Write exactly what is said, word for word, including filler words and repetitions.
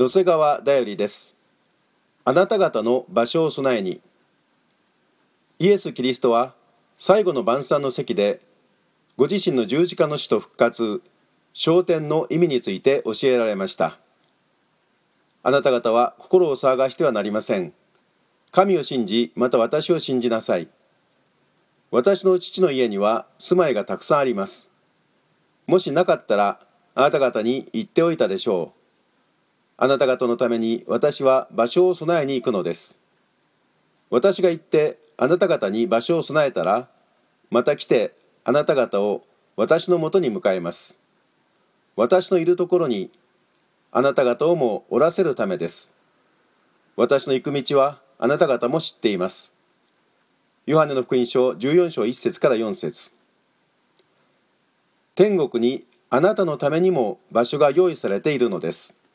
野瀬川だよりです。あなた方の場所を備えに。イエス・キリストは最後の晩餐の席でご自身の十字架の死と復活、昇天の意味について教えられました。あなた方は心を騒がしてはなりません。神を信じ、また私を信じなさい。私の父の家には住まいがたくさんあります。もしなかったらあなた方に言っておいたでしょう。あなた方のために私は場所を備えに行くのです。私が行ってあなた方に場所を備えたら、また来てあなた方を私のもとに迎えます。私のいるところにあなた方をもおらせるためです。私の行く道はあなた方も知っています。ヨハネの福音書じゅうよん章いち節からよん節。天国にあなたのためにも場所が用意されているのです。